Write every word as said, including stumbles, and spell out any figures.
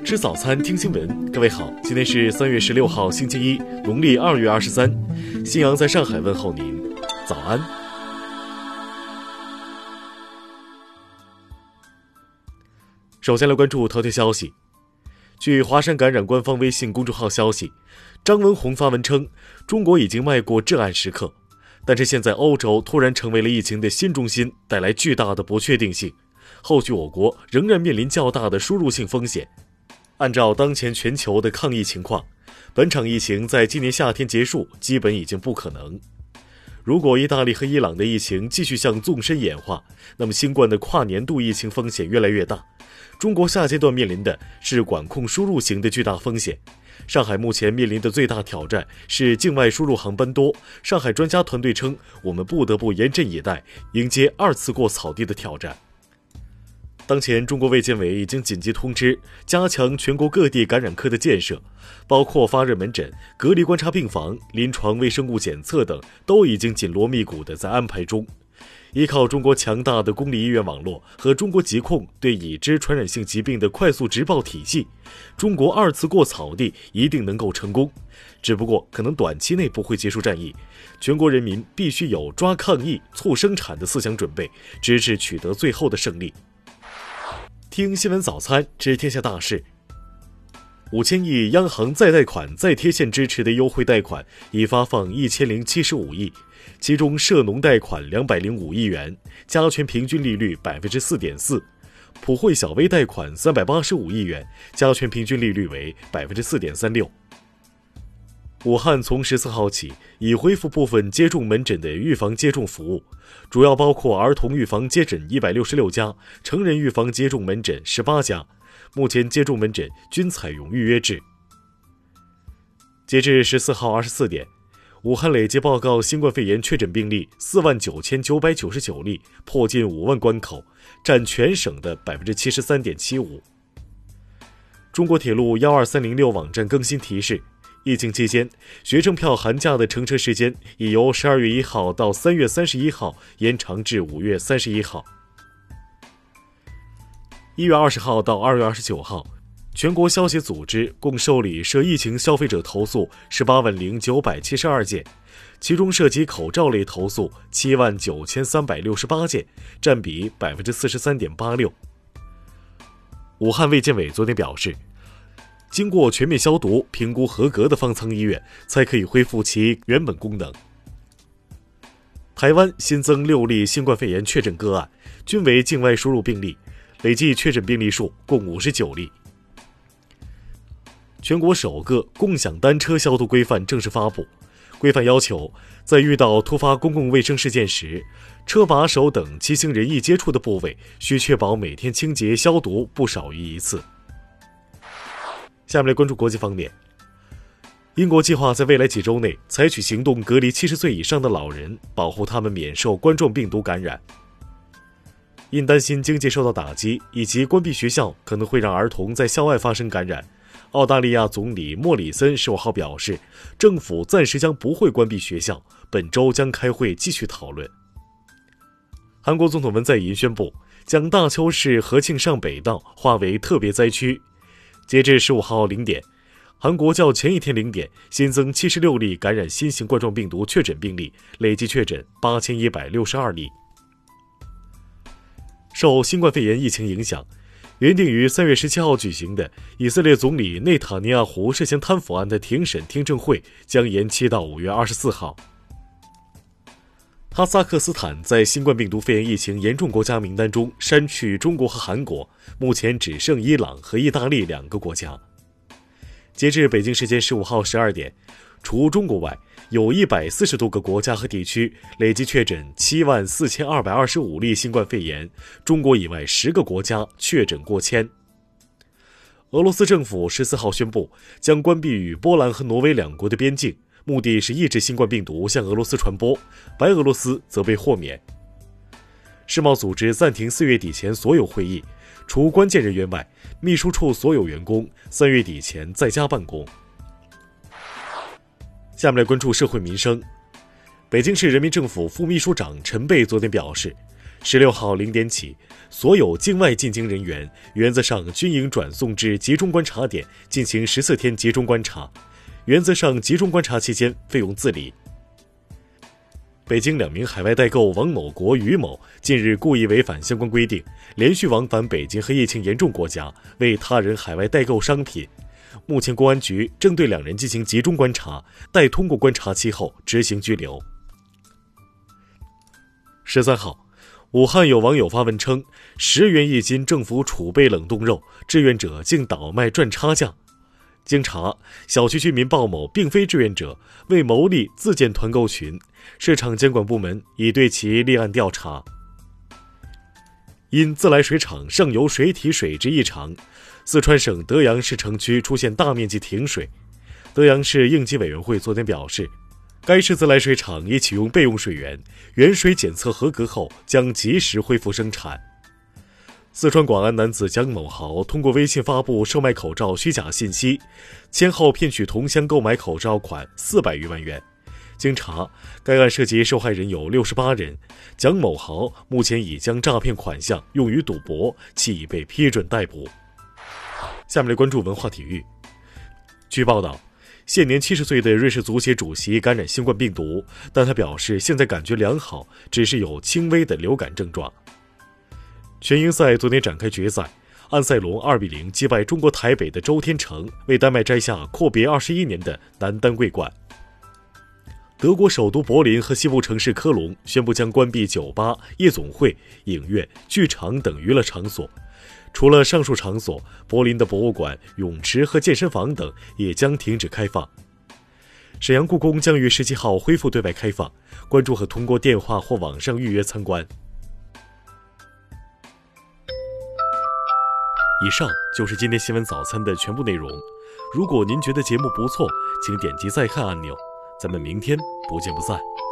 吃早餐，听新闻。各位好，今天是三月十六号，星期一，农历二月二十三。新阳在上海问候您，早安。首先来关注头条消息。据华山感染官方微信公众号消息，张文宏发文称，中国已经迈过至暗时刻，但是现在欧洲突然成为了疫情的新中心，带来巨大的不确定性。后续我国仍然面临较大的输入性风险。按照当前全球的抗疫情况，本场疫情在今年夏天结束基本已经不可能。如果意大利和伊朗的疫情继续向纵深演化，那么新冠的跨年度疫情风险越来越大。中国下阶段面临的是管控输入型的巨大风险。上海目前面临的最大挑战是境外输入航班多。上海专家团队称，我们不得不严阵以待，迎接二次过草地的挑战。当前，中国卫健委已经紧急通知，加强全国各地感染科的建设，包括发热门诊、隔离观察病房、临床微生物检测等，都已经紧锣密鼓地在安排中。依靠中国强大的公立医院网络和中国疾控对已知传染性疾病的快速直报体系，中国二次过草地一定能够成功。只不过，可能短期内不会结束战役，全国人民必须有抓抗疫、促生产的思想准备，直至取得最后的胜利。听新闻早餐，知天下大事。五千亿央行再贷款再贴现支持的优惠贷款已发放一千零七十五亿，其中涉农贷款两百零五亿元，加权平均利率百分之四点四；普惠小微贷款三百八十五亿元，加权平均利率为百分之四点三六。武汉从十四号起已恢复部分接种门诊的预防接种服务，主要包括儿童预防接诊一百六十六家，成人预防接种门诊十八家。目前接种门诊均采用预约制。截至十四号二十四点，武汉累计报告新冠肺炎确诊病例四万九千九百九十九例，破近五万关口，占全省的百分之七十三点七五。中国铁路幺二三零六网站更新提示，疫情期间，学生票寒假的乘车时间已由十二月一号到三月三十一号延长至五月三十一号。一月二十号到二月二十九号，全国消协组织共受理涉疫情消费者投诉十八万零九百七十二件，其中涉及口罩类投诉七万九千三百六十八件，占比百分之四十三点八六。武汉卫健委昨天表示，经过全面消毒、评估合格的方舱医院才可以恢复其原本功能。台湾新增六例新冠肺炎确诊个案，均为境外输入病例，累计确诊病例数共五十九例。全国首个共享单车消毒规范正式发布，规范要求，在遇到突发公共卫生事件时，车把手等骑行人易接触的部位需确保每天清洁消毒不少于一次。下面来关注国际方面。英国计划在未来几周内采取行动隔离七十岁以上的老人，保护他们免受冠状病毒感染。因担心经济受到打击以及关闭学校可能会让儿童在校外发生感染，澳大利亚总理莫里森十五号表示，政府暂时将不会关闭学校，本周将开会继续讨论。韩国总统文在寅宣布，将大邱市河庆尚北道划为特别灾区。截至十五号零点，韩国较前一天零点新增七十六例感染新型冠状病毒确诊病例，累计确诊八千一百六十二例。受新冠肺炎疫情影响，原定于三月十七号举行的以色列总理内塔尼亚胡涉嫌贪腐案的庭审听证会将延期到五月二十四号。哈萨克斯坦在新冠病毒肺炎疫情严重国家名单中删去中国和韩国，目前只剩伊朗和意大利两个国家。截至北京时间十五号十二点，除中国外，有一百四十多个国家和地区累计确诊七万四千二百二十五例新冠肺炎，中国以外十个国家确诊过千。俄罗斯政府十四号宣布将关闭与波兰和挪威两国的边境，目的是抑制新冠病毒向俄罗斯传播，白俄罗斯则被豁免。世贸组织暂停四月底前所有会议，除关键人员外，秘书处所有员工三月底前在家办公。下面来关注社会民生。北京市人民政府副秘书长陈贝昨天表示， 十六号零点起，所有境外进京人员原则上均应转送至集中观察点进行十四天集中观察，原则上集中观察期间费用自理。北京两名海外代购王某国、于某近日故意违反相关规定，连续往返北京和疫情严重国家，为他人海外代购商品。目前公安局正对两人进行集中观察，待通过观察期后执行拘留。十三号，武汉有网友发文称，十元一斤政府储备冷冻肉，志愿者竟倒卖赚差价。经查，小区居民鲍某并非志愿者，为牟利自建团购群，市场监管部门已对其立案调查。因自来水厂上游水体水质异常，四川省德阳市城区出现大面积停水。德阳市应急委员会昨天表示，该市自来水厂已启用备用水源，原水检测合格后将及时恢复生产。四川广安男子蒋某豪通过微信发布售卖口罩虚假信息，先后骗取同乡购买口罩款四百余万元。经查，该案涉及受害人有六十八人，蒋某豪目前已将诈骗款项用于赌博，其已被批准逮捕。下面来关注文化体育。据报道，现年七十岁的瑞士足协主席感染新冠病毒，但他表示现在感觉良好，只是有轻微的流感症状。全英赛昨天展开决赛，安塞龙二比零击败中国台北的周天成，为丹麦摘下阔别二十一年的男单桂冠。德国首都柏林和西部城市科隆宣布将关闭酒吧、夜总会、影院、剧场等娱乐场所。除了上述场所，柏林的博物馆、泳池和健身房等也将停止开放。沈阳故宫将于十七号恢复对外开放，关注和通过电话或网上预约参观。以上就是今天新闻早餐的全部内容。如果您觉得节目不错，请点击再看按钮。咱们明天不见不散。